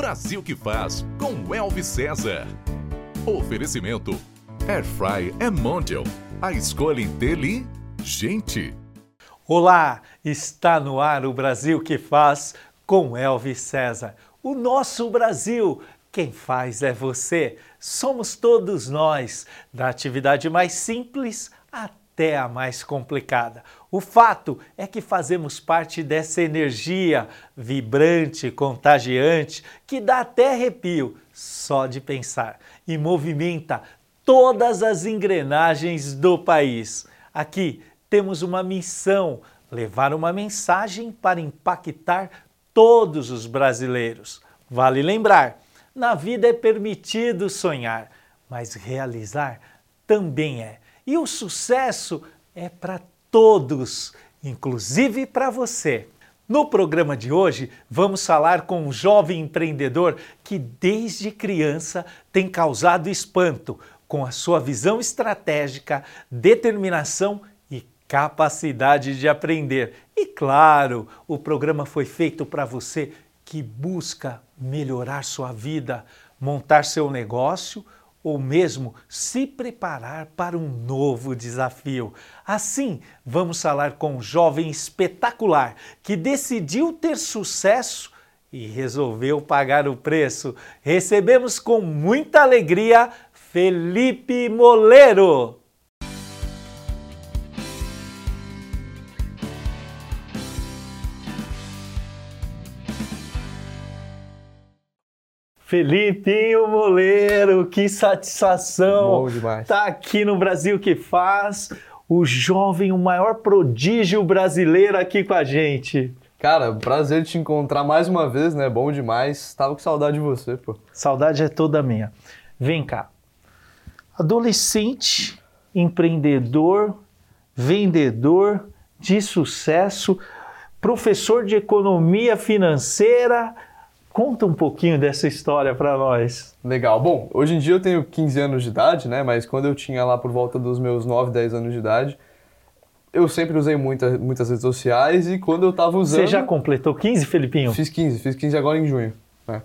Brasil que faz, com Elvis César. Oferecimento Airfry é Mondial, a escolha inteligente. Olá, está no ar o Brasil que faz com Elvis César. O nosso Brasil, quem faz é você. Somos todos nós, da atividade mais simples até a mais complicada. O fato é que fazemos parte dessa energia vibrante, contagiante, que dá até arrepio só de pensar e movimenta todas as engrenagens do país. Aqui temos uma missão, levar uma mensagem para impactar todos os brasileiros. Vale lembrar, na vida é permitido sonhar, mas realizar também é. E o sucesso é para todos, inclusive para você. No programa de hoje, vamos falar com um jovem empreendedor que desde criança tem causado espanto com a sua visão estratégica, determinação e capacidade de aprender. E claro, o programa foi feito para você que busca melhorar sua vida, montar seu negócio ou mesmo se preparar para um novo desafio. Assim, vamos falar com um jovem espetacular que decidiu ter sucesso e resolveu pagar o preço. Recebemos com muita alegria Felipe Moleiro. Felipinho Moleiro, que satisfação estar aqui no Brasil que faz, o jovem, o maior prodígio brasileiro aqui com a gente. Cara, prazer te encontrar mais uma vez, né? Bom demais. Tava com saudade de você, pô. Saudade é toda minha. Vem cá. Adolescente, empreendedor, vendedor de sucesso, professor de economia financeira. Conta um pouquinho dessa história para nós. Legal. Bom, hoje em dia eu tenho 15 anos de idade, né? Mas quando eu tinha lá por volta dos meus 9, 10 anos de idade, eu sempre usei muitas redes sociais e quando eu tava usando... Você já completou 15, Felipinho? Fiz 15 agora em junho. Né?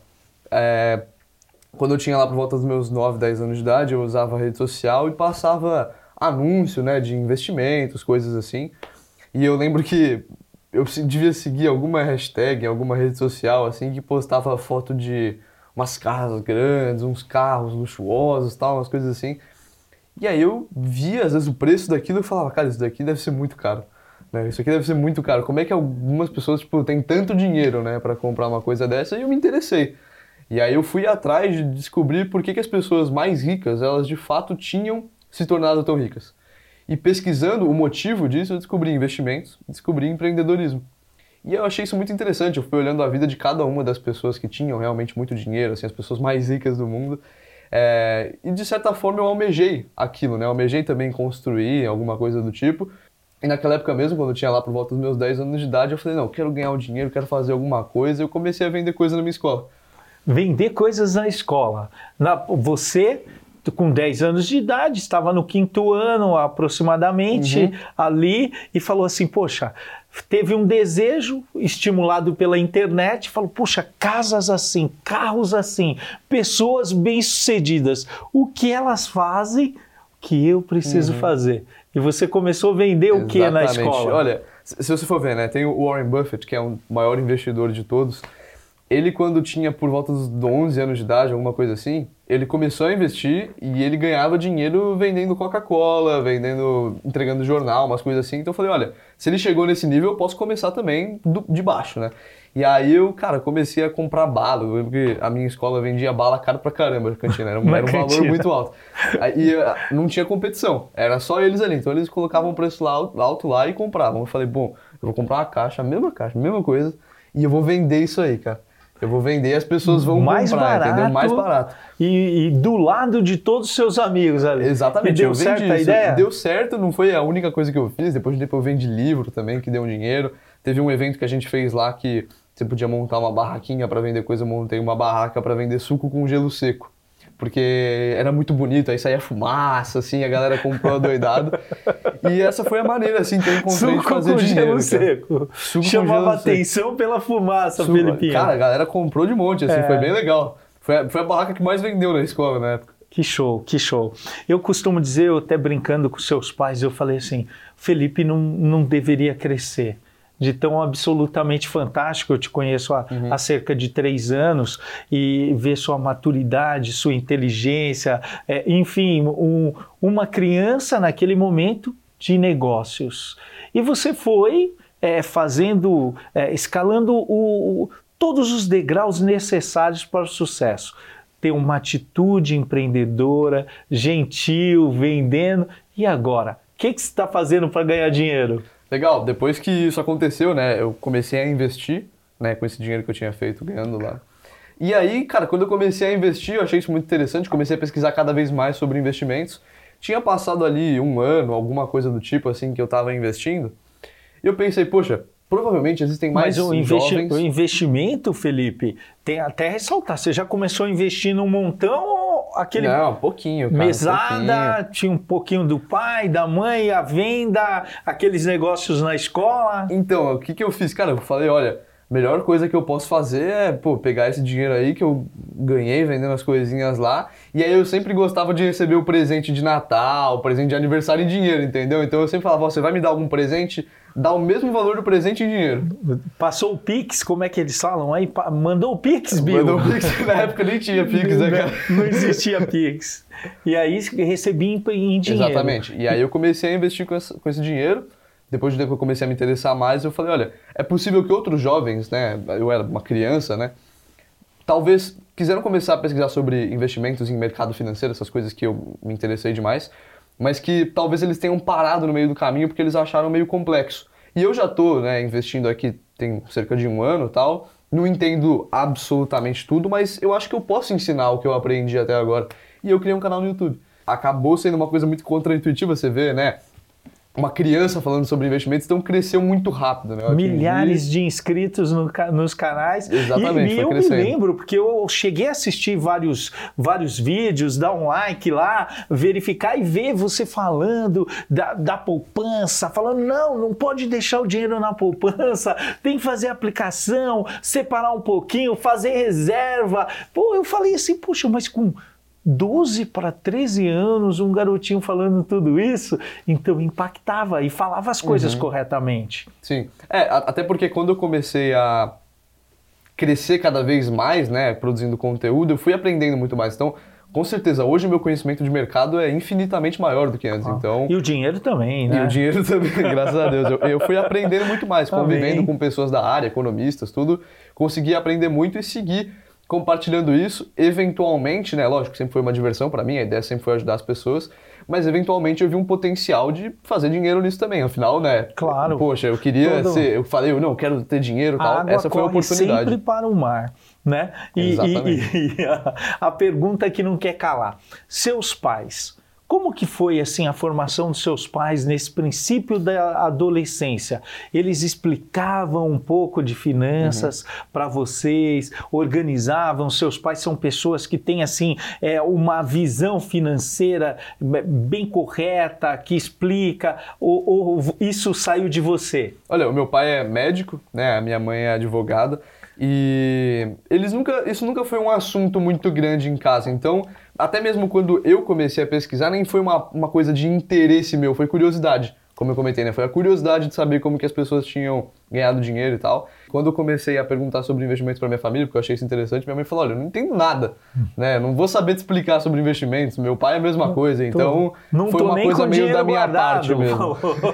Quando eu tinha lá por volta dos meus 9, 10 anos de idade, eu usava a rede social e passava anúncio, né? De investimentos, coisas assim. E eu lembro que eu devia seguir alguma hashtag, alguma rede social, assim, que postava foto de umas casas grandes, uns carros luxuosos, tal, umas coisas assim. E aí eu via, às vezes, o preço daquilo e falava, cara, isso daqui deve ser muito caro, né? Isso aqui deve ser muito caro. Como é que algumas pessoas, tipo, têm tanto dinheiro, né, pra comprar uma coisa dessa? E eu me interessei. E aí eu fui atrás de descobrir por que as pessoas mais ricas, elas de fato tinham se tornado tão ricas. E pesquisando o motivo disso, eu descobri investimentos, descobri empreendedorismo. E eu achei isso muito interessante, eu fui olhando a vida de cada uma das pessoas que tinham realmente muito dinheiro, assim, as pessoas mais ricas do mundo. E de certa forma eu almejei aquilo, né? Eu almejei também construir alguma coisa do tipo. E naquela época mesmo, quando eu tinha lá por volta dos meus 10 anos de idade, eu falei, não, eu quero ganhar o dinheiro, quero fazer alguma coisa. E eu comecei a vender coisa na minha escola. Vender coisas na escola. Você, com 10 anos de idade, estava no 5º ano aproximadamente, ali, e falou assim, poxa, teve um desejo estimulado pela internet, falou, puxa, casas assim, carros assim, pessoas bem-sucedidas, o que elas fazem que eu preciso fazer? E você começou a vender o que na escola? Olha, se você for ver, né, tem o Warren Buffett, que é o maior investidor de todos. Ele, quando tinha por volta dos 11 anos de idade, alguma coisa assim, ele começou a investir e ele ganhava dinheiro vendendo Coca-Cola, entregando jornal, umas coisas assim. Então eu falei, olha, se ele chegou nesse nível, eu posso começar também de baixo, né? E aí eu, cara, comecei a comprar bala. Eu lembro que a minha escola vendia bala caro pra caramba, a cantina. Era um valor muito alto. E não tinha competição, era só eles ali. Então eles colocavam o preço alto lá e compravam. Eu falei, bom, eu vou comprar uma caixa, a mesma coisa, e eu vou vender isso aí, cara. Eu vou vender e as pessoas vão mais comprar, barato, entendeu? Mais barato. E do lado de todos os seus amigos ali. Exatamente. E deu certo a ideia? Deu certo, não foi a única coisa que eu fiz. Depois eu vendi livro também, que deu um dinheiro. Teve um evento que a gente fez lá que você podia montar uma barraquinha para vender coisa. Eu montei uma barraca para vender suco com gelo seco. porque era muito bonito, aí saía fumaça, assim, a galera comprou adoidado. E essa foi a maneira, assim, que eu encontrei de fazer dinheiro. Seco. Chamava atenção pela fumaça, Felipinho. Cara, a galera comprou de monte, assim, foi bem legal. Foi a barraca que mais vendeu na escola na época. Que show, que show. Eu costumo dizer, eu até brincando com seus pais, eu falei assim, Felipe não deveria crescer. De tão absolutamente fantástico, eu te conheço há cerca de 3 anos, e ver sua maturidade, sua inteligência, enfim, uma criança naquele momento de negócios. E você foi fazendo, escalando todos os degraus necessários para o sucesso. Ter uma atitude empreendedora, gentil, vendendo. E agora? O que você está fazendo para ganhar dinheiro? Legal, depois que isso aconteceu, né, eu comecei a investir, né, com esse dinheiro que eu tinha feito ganhando lá. E aí, cara, quando eu comecei a investir, eu achei isso muito interessante, comecei a pesquisar cada vez mais sobre investimentos. Tinha passado ali 1 ano, alguma coisa do tipo, assim, que eu estava investindo. E eu pensei, poxa, provavelmente existem mais jovens... Mas o investimento, Felipe, tem até ressaltar, você já começou a investir num montão... Não, pouquinho, cara. Mesada, pouquinho. Tinha um pouquinho do pai, da mãe, a venda, aqueles negócios na escola. Então, o que eu fiz? Cara, eu falei, olha, a melhor coisa que eu posso fazer é, pegar esse dinheiro aí que eu ganhei vendendo as coisinhas lá. E aí eu sempre gostava de receber o presente de Natal, o presente de aniversário em dinheiro, entendeu? Então eu sempre falava, você vai me dar algum presente? Dá o mesmo valor do presente em dinheiro. Passou o Pix, como é que eles falam aí? Mandou o Pix, Bill? Mandou o Pix, na época nem tinha Pix, né, cara? Não existia Pix. E aí recebi em dinheiro. Exatamente. E aí eu comecei a investir com esse dinheiro. Depois de tempo que eu comecei a me interessar mais, eu falei, olha, é possível que outros jovens, né, eu era uma criança, né, talvez quiseram começar a pesquisar sobre investimentos em mercado financeiro, essas coisas que eu me interessei demais, mas que talvez eles tenham parado no meio do caminho porque eles acharam meio complexo. E eu já estou, né, investindo aqui tem cerca de 1 ano e tal, não entendo absolutamente tudo, mas eu acho que eu posso ensinar o que eu aprendi até agora. E eu criei um canal no YouTube. Acabou sendo uma coisa muito contraintuitiva, você vê, né? Uma criança falando sobre investimentos, então cresceu muito rápido, né? Milhares de inscritos nos canais. Exatamente, e eu crescendo. Me lembro, porque eu cheguei a assistir vários vídeos, dar um like lá, verificar e ver você falando da poupança, falando, não pode deixar o dinheiro na poupança, tem que fazer aplicação, separar um pouquinho, fazer reserva. Pô, eu falei assim, poxa, mas com 12 para 13 anos, um garotinho falando tudo isso, então impactava e falava as coisas corretamente. Sim, até porque quando eu comecei a crescer cada vez mais, né, produzindo conteúdo, eu fui aprendendo muito mais. Então, com certeza, hoje o meu conhecimento de mercado é infinitamente maior do que antes. Então, e o dinheiro também, né? E o dinheiro também, graças a Deus. Eu fui aprendendo muito mais, convivendo com pessoas da área, economistas, tudo. Consegui aprender muito e seguir compartilhando isso, eventualmente, né, lógico, sempre foi uma diversão para mim, a ideia sempre foi ajudar as pessoas, mas eventualmente eu vi um potencial de fazer dinheiro nisso também, afinal, né, claro, poxa, eu queria ser, eu falei, eu não, quero ter dinheiro e tal, essa foi a oportunidade. Sempre para o mar, né, e a pergunta que não quer calar, seus pais, como que foi assim a formação dos seus pais nesse princípio da adolescência? Eles explicavam um pouco de finanças para vocês, organizavam? Seus pais são pessoas que têm assim uma visão financeira bem correta, que explica, ou isso saiu de você? Olha, o meu pai é médico, né? A minha mãe é advogada. E isso nunca foi um assunto muito grande em casa, então até mesmo quando eu comecei a pesquisar nem foi uma coisa de interesse meu, foi curiosidade, como eu comentei, né? Foi a curiosidade de saber como que as pessoas tinham ganhado dinheiro e tal. Quando eu comecei a perguntar sobre investimentos para minha família, porque eu achei isso interessante, minha mãe falou, olha, eu não entendo nada, né? Não vou saber te explicar sobre investimentos, meu pai é a mesma coisa, então foi uma coisa meio da minha parte mesmo.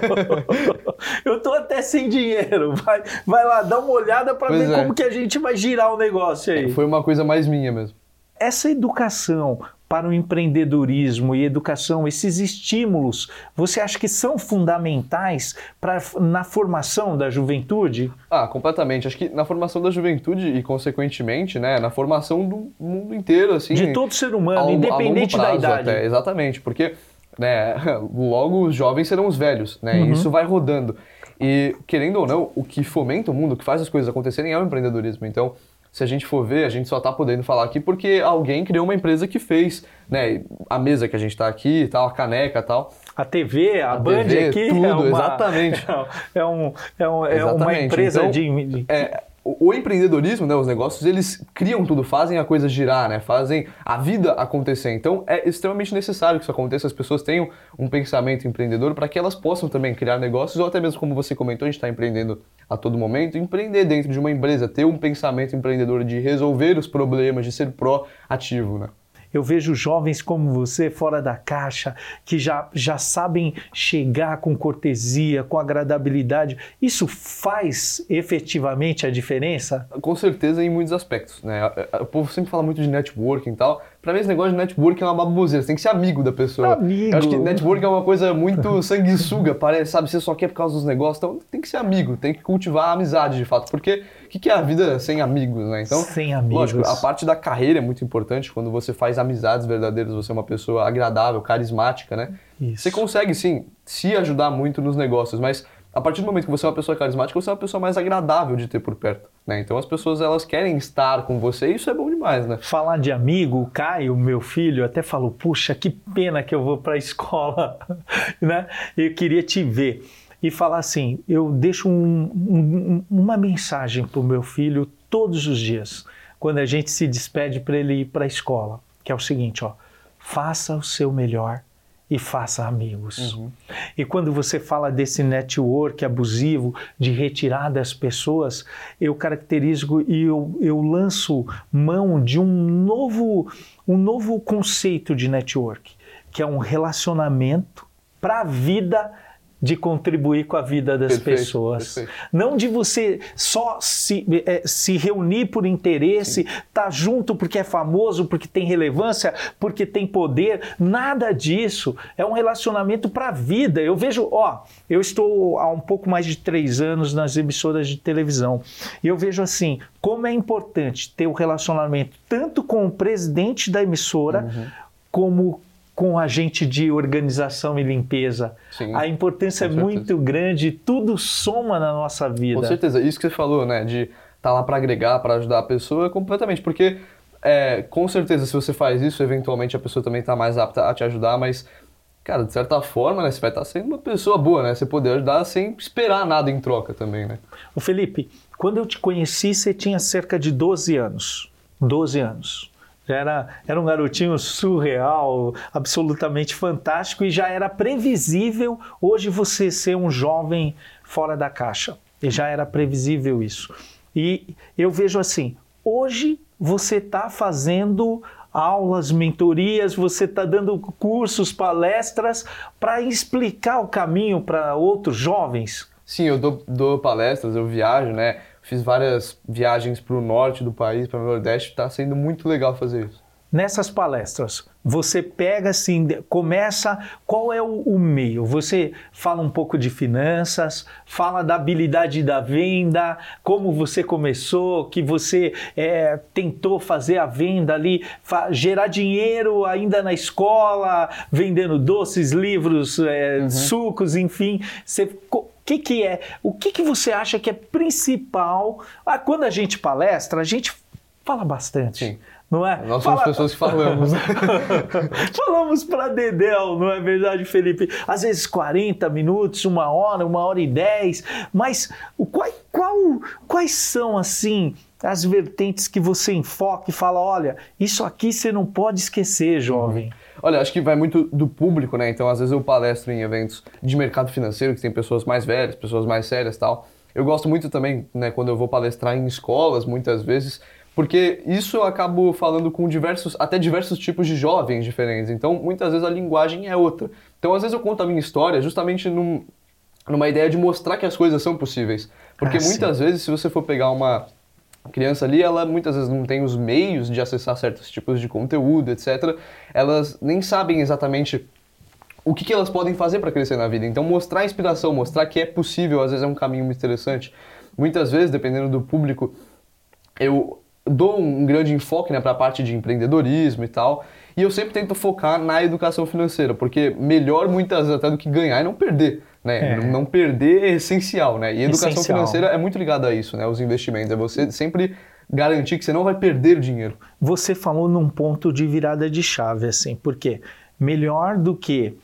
Eu tô até sem dinheiro, vai lá, dá uma olhada para ver como que a gente vai girar o negócio aí. Foi uma coisa mais minha mesmo. Essa educação para o empreendedorismo e educação, esses estímulos, você acha que são fundamentais na formação da juventude? Completamente. Acho que na formação da juventude e, consequentemente, né, na formação do mundo inteiro, assim... De todo ser humano, independente da idade. Até, exatamente, porque né, logo os jovens serão os velhos, né, e isso vai rodando. E, querendo ou não, o que fomenta o mundo, o que faz as coisas acontecerem é o empreendedorismo. Então, se a gente for ver, a gente só tá podendo falar aqui porque alguém criou uma empresa que fez, né, a mesa que a gente tá aqui e tal, a caneca e tal. A TV, a Band TV, aqui tudo, exatamente. É uma empresa então, o empreendedorismo, né, os negócios, eles criam tudo, fazem a coisa girar, né, fazem a vida acontecer. Então é extremamente necessário que isso aconteça, as pessoas tenham um pensamento empreendedor para que elas possam também criar negócios, ou até mesmo como você comentou, a gente está empreendendo a todo momento, empreender dentro de uma empresa, ter um pensamento empreendedor de resolver os problemas, de ser proativo, né. Eu vejo jovens como você, fora da caixa, que já sabem chegar com cortesia, com agradabilidade. Isso faz efetivamente a diferença? Com certeza, em muitos aspectos, né? O povo sempre fala muito de networking e tal. Pra mim, esse negócio de networking é uma baboseira. Você tem que ser amigo da pessoa. Amigo! Eu acho que networking é uma coisa muito sanguessuga, parece, sabe? Você só quer por causa dos negócios. Então, tem que ser amigo, tem que cultivar a amizade, de fato. Porque o que é a vida sem amigos, né? Então, sem amigos. Lógico, a parte da carreira é muito importante. Quando você faz amizades verdadeiras, você é uma pessoa agradável, carismática, né? Isso. Você consegue, sim, se ajudar muito nos negócios, mas a partir do momento que você é uma pessoa carismática, você é uma pessoa mais agradável de ter por perto, né? Então as pessoas, elas querem estar com você e isso é bom demais, né? Falar de amigo, o Caio, meu filho, até falou, puxa, que pena que eu vou para a escola, né? Eu queria te ver. E falar assim, eu deixo uma mensagem para o meu filho todos os dias, quando a gente se despede para ele ir para a escola, que é o seguinte, ó, faça o seu melhor e faça amigos. Uhum. E quando você fala desse network abusivo, de retirar das pessoas, eu caracterizo e eu lanço mão de um novo conceito de network, que é um relacionamento para a vida, de contribuir com a vida das pessoas. Perfeito. Não de você só se reunir por interesse, estar junto porque é famoso, porque tem relevância, porque tem poder. Nada disso. É um relacionamento para a vida. Eu vejo, eu estou há um pouco mais de 3 anos nas emissoras de televisão. E eu vejo assim, como é importante ter um relacionamento tanto com o presidente da emissora, como com a gente de organização e limpeza. Sim, a importância é muito grande, tudo soma na nossa vida. Com certeza, isso que você falou, né, de estar lá para agregar, para ajudar a pessoa, completamente, porque com certeza se você faz isso, eventualmente a pessoa também está mais apta a te ajudar, mas, cara, de certa forma, né, você vai estar sendo uma pessoa boa, né, você poder ajudar sem esperar nada em troca também, né. Ô Felipe, quando eu te conheci, você tinha cerca de 12 anos. 12 anos. Era um garotinho surreal, absolutamente fantástico e já era previsível hoje você ser um jovem fora da caixa. E já era previsível isso. E eu vejo assim, hoje você está fazendo aulas, mentorias, você está dando cursos, palestras para explicar o caminho para outros jovens. Sim, eu dou palestras, eu viajo, né? Fiz várias viagens para o norte do país, para o Nordeste, está sendo muito legal fazer isso. Nessas palestras, você pega assim, começa, qual é o meio? Você fala um pouco de finanças, fala da habilidade da venda, como você começou, que você tentou fazer a venda ali, gerar dinheiro ainda na escola, vendendo doces, livros, sucos, enfim. O que você acha que é principal? Quando a gente palestra, a gente fala bastante. Sim. Não é? Nós somos pessoas que falamos. Falamos para dedéu, não é verdade, Felipe? Às vezes 40 minutos, 1 hora, 1h10, mas quais são, assim, as vertentes que você enfoca e fala, olha, isso aqui você não pode esquecer, jovem. Olha, acho que vai muito do público, né? Então, às vezes eu palestro em eventos de mercado financeiro, que tem pessoas mais velhas, pessoas mais sérias e tal. Eu gosto muito também, né, quando eu vou palestrar em escolas, muitas vezes, porque isso eu acabo falando com diversos tipos de jovens diferentes. Então, muitas vezes a linguagem é outra. Então, às vezes eu conto a minha história justamente numa ideia de mostrar que as coisas são possíveis. Porque muitas vezes, se você for pegar uma criança ali, ela muitas vezes não tem os meios de acessar certos tipos de conteúdo, etc. Elas nem sabem exatamente o que elas podem fazer para crescer na vida. Então, mostrar a inspiração, mostrar que é possível, às vezes é um caminho muito interessante. Muitas vezes, dependendo do público, eu dou um grande enfoque, né, para a parte de empreendedorismo e tal, e eu sempre tento focar na educação financeira, porque melhor muitas vezes até do que ganhar é não perder, né? Não perder é essencial, né? E educação financeira é muito ligada a isso, né? Os investimentos, é você sempre garantir que você não vai perder dinheiro. Você falou num ponto de virada de chave, assim, porque melhor do que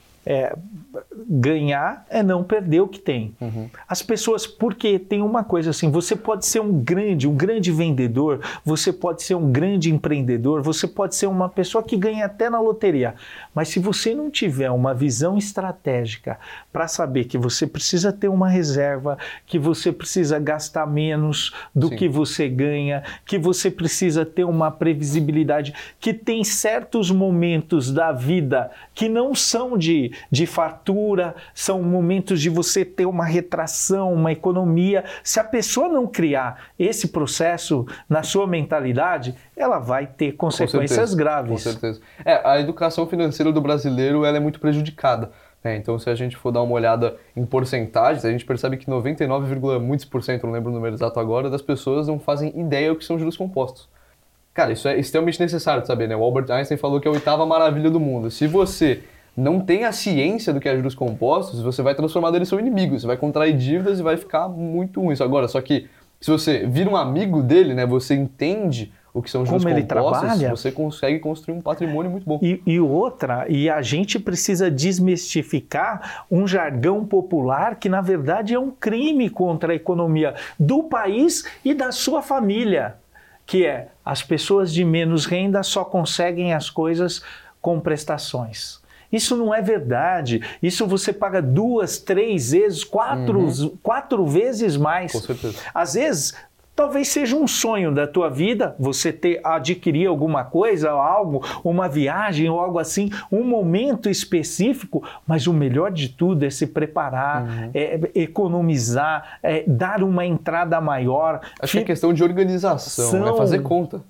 ganhar é não perder o que tem. As pessoas, porque tem uma coisa assim, você pode ser um grande vendedor, você pode ser um grande empreendedor, você pode ser uma pessoa que ganha até na loteria, mas se você não tiver uma visão estratégica para saber que você precisa ter uma reserva, que você precisa gastar menos do que você ganha, que você precisa ter uma previsibilidade, que tem certos momentos da vida que não são de fartura, são momentos de você ter uma retração, uma economia. Se a pessoa não criar esse processo na sua mentalidade, ela vai ter consequências graves. Com certeza. A educação financeira do brasileiro ela é muito prejudicada. Então, se a gente for dar uma olhada em porcentagens, a gente percebe que 99, muitos por cento, não lembro o número exato agora, das pessoas não fazem ideia do que são juros compostos. Cara, isso é extremamente necessário de saber, né? O Albert Einstein falou que é a 8ª maravilha do mundo. Se você não tem a ciência do que é juros compostos, você vai transformar eles em seu inimigo, você vai contrair dívidas e vai ficar muito ruim isso. Agora, só que se você vira um amigo dele, né, você entende o que são juros compostos, você consegue construir um patrimônio muito bom. E a gente precisa desmistificar um jargão popular que, na verdade, é um crime contra a economia do país e da sua família, que é as pessoas de menos renda só conseguem as coisas com prestações. Isso não é verdade. Isso você paga 2, 3 vezes, 4 vezes mais. Com certeza. Às vezes, talvez seja um sonho da tua vida, você adquirir alguma coisa, algo, uma viagem ou algo assim, um momento específico, mas o melhor de tudo é se preparar, economizar, dar uma entrada maior. Acho que é questão de organização, é fazer conta.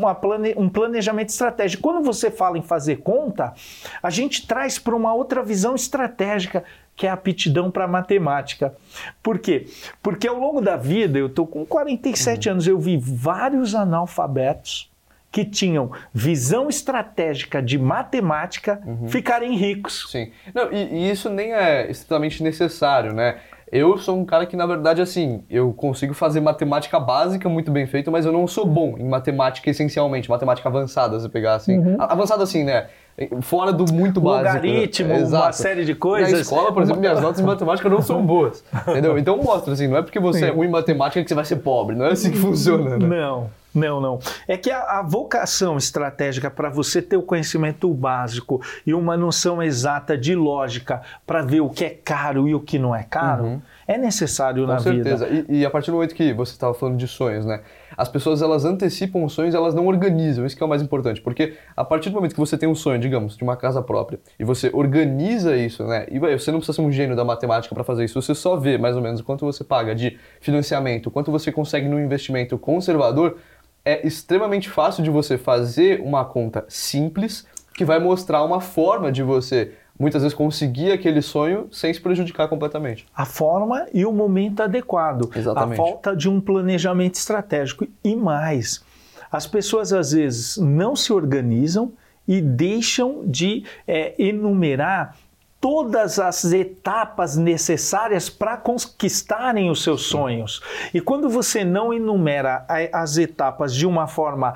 Um planejamento estratégico. Quando você fala em fazer conta, a gente traz para uma outra visão estratégica, que é a aptidão para matemática. Por quê? Porque ao longo da vida, eu estou com 47 anos, eu vi vários analfabetos que tinham visão estratégica de matemática ficarem ricos. Sim. Não, e isso nem é estritamente necessário, né? Eu sou um cara que, na verdade, assim, eu consigo fazer matemática básica muito bem feito, mas eu não sou bom em matemática essencialmente, matemática avançada, se pegar assim. Avançada assim, né? Fora do muito básico. Logaritmo, uma série de coisas. Na escola, por exemplo, minhas notas em matemática não são boas, entendeu? Então mostra, assim, não é porque você é ruim em matemática que você vai ser pobre, não é assim que funciona, né? Não. É que a vocação estratégica para você ter o conhecimento básico e uma noção exata de lógica para ver o que é caro e o que não é caro, é necessário na vida. Com certeza. E a partir do momento que você estava falando de sonhos, né? As pessoas, elas antecipam os sonhos, elas não organizam. Isso que é o mais importante. Porque a partir do momento que você tem um sonho, digamos, de uma casa própria, e você organiza isso, né? E você não precisa ser um gênio da matemática para fazer isso. Você só vê, mais ou menos, quanto você paga de financiamento, quanto você consegue no investimento conservador, é extremamente fácil de você fazer uma conta simples que vai mostrar uma forma de você, muitas vezes, conseguir aquele sonho sem se prejudicar completamente. A forma e o momento adequado. Exatamente. A falta de um planejamento estratégico. E mais, as pessoas às vezes não se organizam e deixam de enumerar todas as etapas necessárias para conquistarem os seus sonhos. E quando você não enumera as etapas de uma forma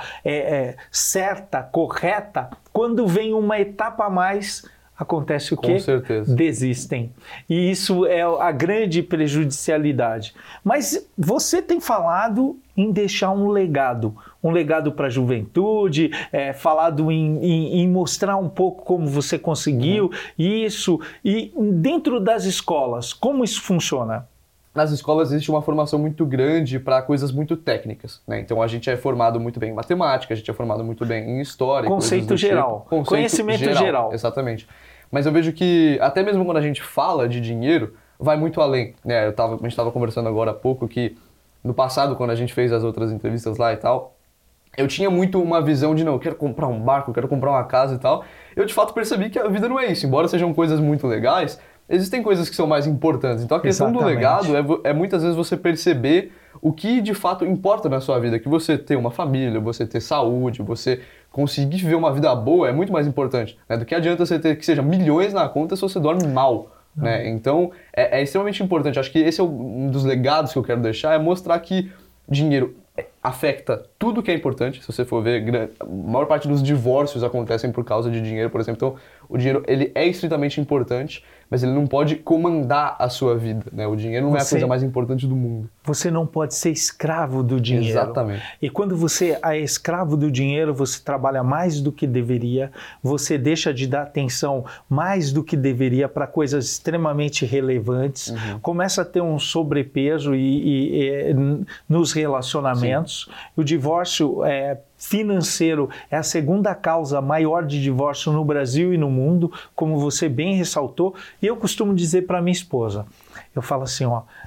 certa, correta, quando vem uma etapa a mais, acontece o quê? Com certeza. Desistem. E isso é a grande prejudicialidade. Mas você tem falado em deixar um legado para a juventude, falado em mostrar um pouco como você conseguiu isso. E dentro das escolas, como isso funciona? Nas escolas existe uma formação muito grande para coisas muito técnicas, né? Então a gente é formado muito bem em matemática, a gente é formado muito bem em história. Conceito geral. Tipo. Conhecimento geral. Exatamente. Mas eu vejo que até mesmo quando a gente fala de dinheiro, vai muito além, né? A gente estava conversando agora há pouco que no passado, quando a gente fez as outras entrevistas lá e tal, eu tinha muito uma visão de, não, eu quero comprar um barco, eu quero comprar uma casa e tal. Eu, de fato, percebi que a vida não é isso. Embora sejam coisas muito legais, existem coisas que são mais importantes. Então, a questão do legado é muitas vezes você perceber o que, de fato, importa na sua vida. Que você ter uma família, você ter saúde, você conseguir viver uma vida boa é muito mais importante, né? Do que adianta você ter, que seja, milhões na conta se você dorme mal. Né? Então, é extremamente importante. Acho que esse é um dos legados que eu quero deixar, é mostrar que dinheiro afeta tudo que é importante, se você for ver, a maior parte dos divórcios acontecem por causa de dinheiro, por exemplo. Então, o dinheiro, ele é estritamente importante, mas ele não pode comandar a sua vida, né? O dinheiro não é a coisa mais importante do mundo. Você não pode ser escravo do dinheiro. Exatamente. E quando você é escravo do dinheiro, você trabalha mais do que deveria, você deixa de dar atenção mais do que deveria para coisas extremamente relevantes, começa a ter um sobrepeso nos relacionamentos. Sim. O divórcio financeiro é a segunda causa maior de divórcio no Brasil e no mundo, como você bem ressaltou. E eu costumo dizer para minha esposa, eu falo assim,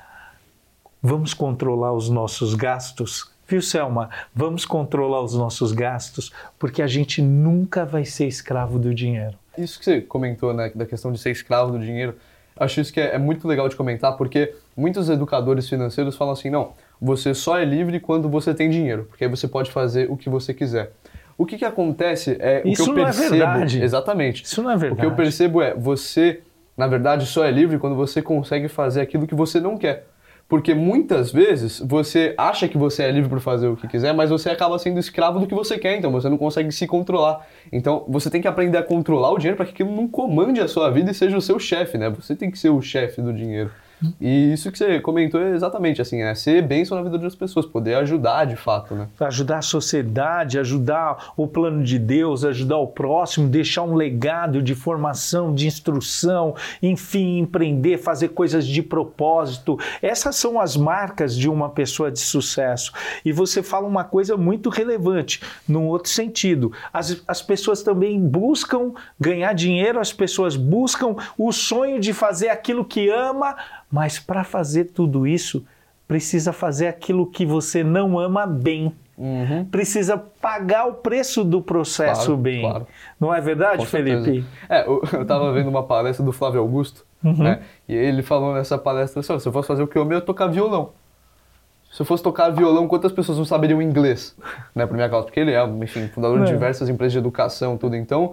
vamos controlar os nossos gastos, viu, Selma? Vamos controlar os nossos gastos, porque a gente nunca vai ser escravo do dinheiro. Isso que você comentou, né, da questão de ser escravo do dinheiro, acho isso que é muito legal de comentar, porque muitos educadores financeiros falam assim, não, você só é livre quando você tem dinheiro, porque aí você pode fazer o que você quiser. O que acontece é... Isso o que eu não percebo, é verdade. Exatamente. Isso não é verdade. O que eu percebo é, você, na verdade, só é livre quando você consegue fazer aquilo que você não quer. Porque muitas vezes você acha que você é livre para fazer o que quiser, mas você acaba sendo escravo do que você quer, então você não consegue se controlar. Então você tem que aprender a controlar o dinheiro para que aquilo não comande a sua vida e seja o seu chefe, né? Você tem que ser o chefe do dinheiro. E isso que você comentou é exatamente assim, ser bênção na vida das pessoas, poder ajudar de fato, né? Ajudar a sociedade, ajudar o plano de Deus, ajudar o próximo, deixar um legado de formação, de instrução, enfim, empreender, fazer coisas de propósito. Essas são as marcas de uma pessoa de sucesso. E você fala uma coisa muito relevante, num outro sentido. As pessoas também buscam ganhar dinheiro, as pessoas buscam o sonho de fazer aquilo que ama, mas para fazer tudo isso, precisa fazer aquilo que você não ama bem. Precisa pagar o preço do processo bem. Claro. Não é verdade, com Felipe? Eu estava vendo uma palestra do Flávio Augusto, né? E ele falou nessa palestra assim, se eu fosse fazer o que eu amo, eu ia tocar violão. Se eu fosse tocar violão, quantas pessoas não saberiam inglês, né, por minha causa? Porque ele é, enfim, fundador de diversas empresas de educação, tudo. Então,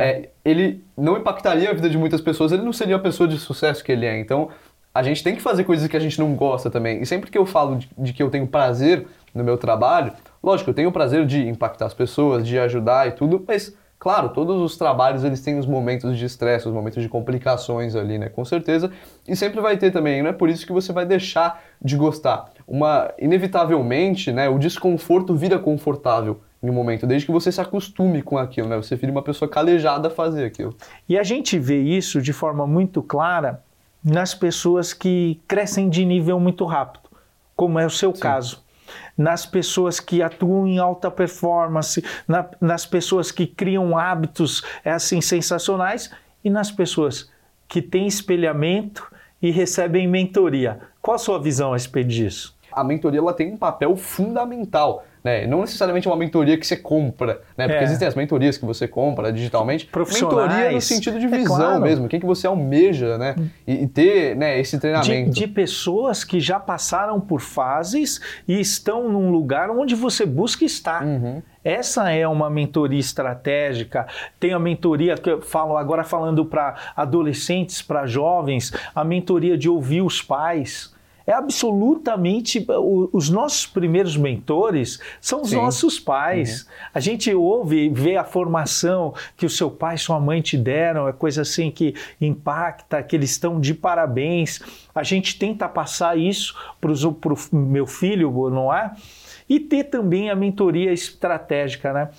ele não impactaria a vida de muitas pessoas, ele não seria a pessoa de sucesso que ele é. Então, a gente tem que fazer coisas que a gente não gosta também. E sempre que eu falo de que eu tenho prazer no meu trabalho, lógico, eu tenho o prazer de impactar as pessoas, de ajudar e tudo, mas, claro, todos os trabalhos, eles têm os momentos de estresse, os momentos de complicações ali, né, com certeza. E sempre vai ter também, não é por isso que você vai deixar de gostar. Inevitavelmente, né, o desconforto vira confortável em um momento, desde que você se acostume com aquilo, né, você vira uma pessoa calejada a fazer aquilo. E a gente vê isso de forma muito clara nas pessoas que crescem de nível muito rápido, como é o seu caso. Nas pessoas que atuam em alta performance, nas pessoas que criam hábitos assim sensacionais e nas pessoas que têm espelhamento e recebem mentoria. Qual a sua visão a respeito disso? A mentoria ela tem um papel fundamental, né? Não necessariamente uma mentoria que você compra, né? Porque existem as mentorias que você compra digitalmente. Profissionais. Mentoria no sentido de visão mesmo, quem que você almeja, né? E ter, né, esse treinamento. De pessoas que já passaram por fases e estão num lugar onde você busca estar. Essa é uma mentoria estratégica. Tem a mentoria que eu falo agora falando para adolescentes, para jovens, a mentoria de ouvir os pais. É absolutamente... Os nossos primeiros mentores são os nossos pais. A gente ouve, vê a formação que o seu pai e sua mãe te deram, é coisa assim que impacta, que eles estão de parabéns. A gente tenta passar isso para o meu filho, não é? E ter também a mentoria estratégica, né?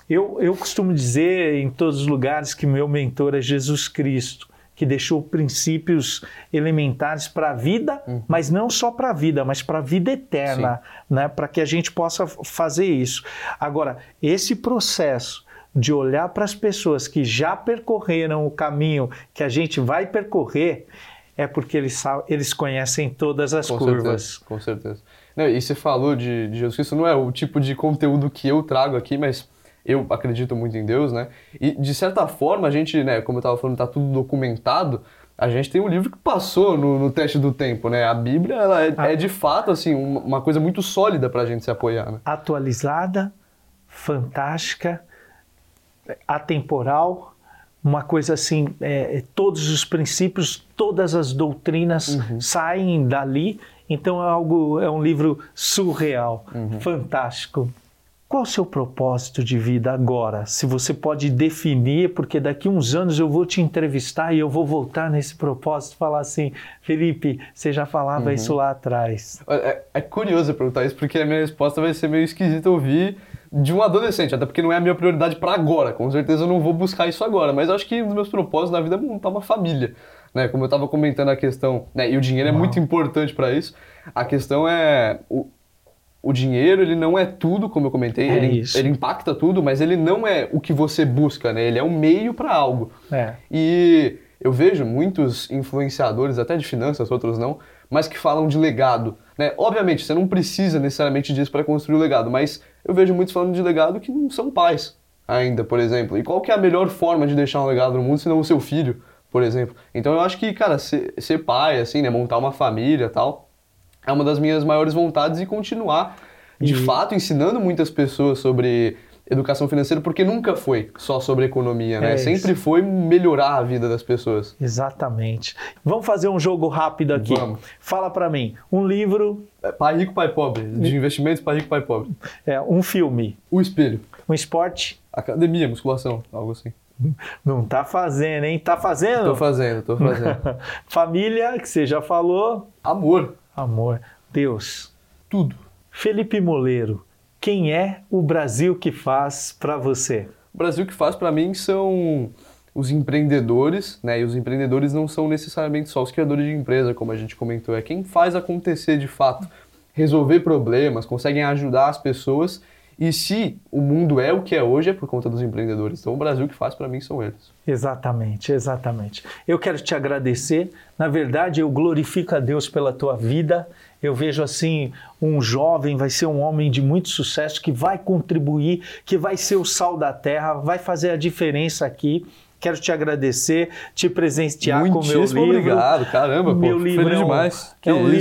Eu costumo dizer em todos os lugares que meu mentor é Jesus Cristo, que deixou princípios elementares para a vida, mas não só para a vida, mas para a vida eterna, né? Para que a gente possa fazer isso. Agora, esse processo de olhar para as pessoas que já percorreram o caminho que a gente vai percorrer, é porque eles conhecem todas as curvas. Com certeza. Não, e você falou de Jesus Cristo, não é o tipo de conteúdo que eu trago aqui, mas eu acredito muito em Deus, né? E, de certa forma, a gente, né, como eu estava falando, está tudo documentado, a gente tem um livro que passou no teste do tempo, né? A Bíblia, ela é de fato, assim, uma coisa muito sólida para a gente se apoiar, né? Atualizada, fantástica, atemporal, uma coisa assim, todos os princípios, todas as doutrinas saem dali, então é um livro surreal, fantástico. Qual o seu propósito de vida agora? Se você pode definir, porque daqui uns anos eu vou te entrevistar e eu vou voltar nesse propósito e falar assim, Felipe, você já falava isso lá atrás. É curioso perguntar isso, porque a minha resposta vai ser meio esquisita ouvir de um adolescente, até porque não é a minha prioridade para agora. Com certeza eu não vou buscar isso agora, mas eu acho que um dos meus propósitos na vida é montar uma família. Né? Como eu estava comentando a questão, né? E o dinheiro é muito importante para isso, a questão é... O dinheiro, ele não é tudo, como eu comentei, ele impacta tudo, mas ele não é o que você busca, né? Ele é um meio para algo. E eu vejo muitos influenciadores, até de finanças, outros não, mas que falam de legado, né? Obviamente, você não precisa necessariamente disso para construir o legado, mas eu vejo muitos falando de legado que não são pais ainda, por exemplo. E qual que é a melhor forma de deixar um legado no mundo, se não o seu filho, por exemplo? Então eu acho que, cara, ser pai, assim, né? Montar uma família e tal... É uma das minhas maiores vontades e continuar, de fato, ensinando muitas pessoas sobre educação financeira, porque nunca foi só sobre economia, né? Sempre foi melhorar a vida das pessoas. Exatamente. Vamos fazer um jogo rápido aqui. Vamos. Fala pra mim, um livro... Pai Rico, Pai Pobre. De investimentos, Pai Rico, Pai Pobre. Um filme. O Espelho. Um esporte. Academia, musculação, algo assim. Não tá fazendo, hein? Tá fazendo? Tô fazendo. Família, que você já falou. Amor. Deus. Tudo. Felipe Moleiro, quem é o Brasil que faz para você? O Brasil que faz para mim são os empreendedores, né? E os empreendedores não são necessariamente só os criadores de empresa, como a gente comentou. É quem faz acontecer de fato, resolver problemas, conseguem ajudar as pessoas. E se o mundo é o que é hoje, é por conta dos empreendedores. Então o Brasil que faz para mim são eles. Exatamente. Eu quero te agradecer. Na verdade, eu glorifico a Deus pela tua vida. Eu vejo assim, um jovem vai ser um homem de muito sucesso, que vai contribuir, que vai ser o sal da terra, vai fazer a diferença aqui. Quero te agradecer, te presentear com o meu livro. Muitíssimo obrigado, caramba, meu pô, livro feliz demais.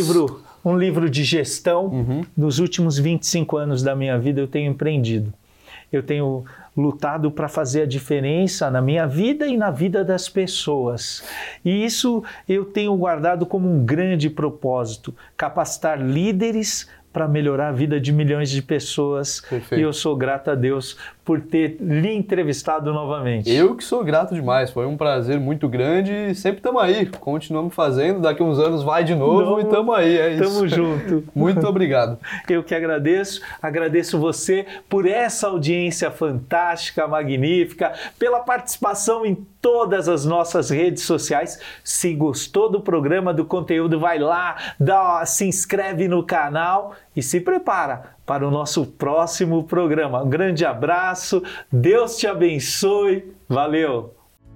Um livro de gestão. Nos últimos 25 anos da minha vida eu tenho empreendido. Eu tenho lutado para fazer a diferença na minha vida e na vida das pessoas. E isso eu tenho guardado como um grande propósito, capacitar líderes para melhorar a vida de milhões de pessoas. Perfeito. E eu sou grato a Deus por ter lhe entrevistado novamente. Eu que sou grato demais, foi um prazer muito grande e sempre estamos aí, continuamos fazendo, daqui a uns anos vai de novo e estamos aí, é isso. Tamo junto. Muito obrigado. Eu que agradeço você por essa audiência fantástica, magnífica, pela participação em todas as nossas redes sociais. Se gostou do programa, do conteúdo, vai lá, se inscreve no canal e se prepara para o nosso próximo programa. Um grande abraço, Deus te abençoe, valeu!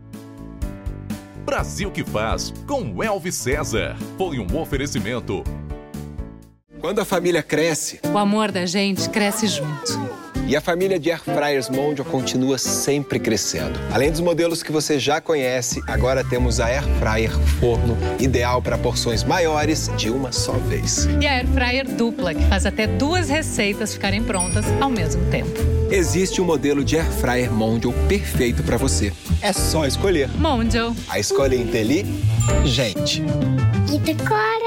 Brasil que faz, com Elvis César. Foi um oferecimento. Quando a família cresce, o amor da gente cresce junto. E a família de Air Fryers Mondial continua sempre crescendo. Além dos modelos que você já conhece, agora temos a Air Fryer Forno, ideal para porções maiores de uma só vez. E a Air Fryer Dupla, que faz até 2 receitas ficarem prontas ao mesmo tempo. Existe um modelo de Air Fryer Mondial perfeito para você. É só escolher. Mondial. A escolha é inteligente. E decora.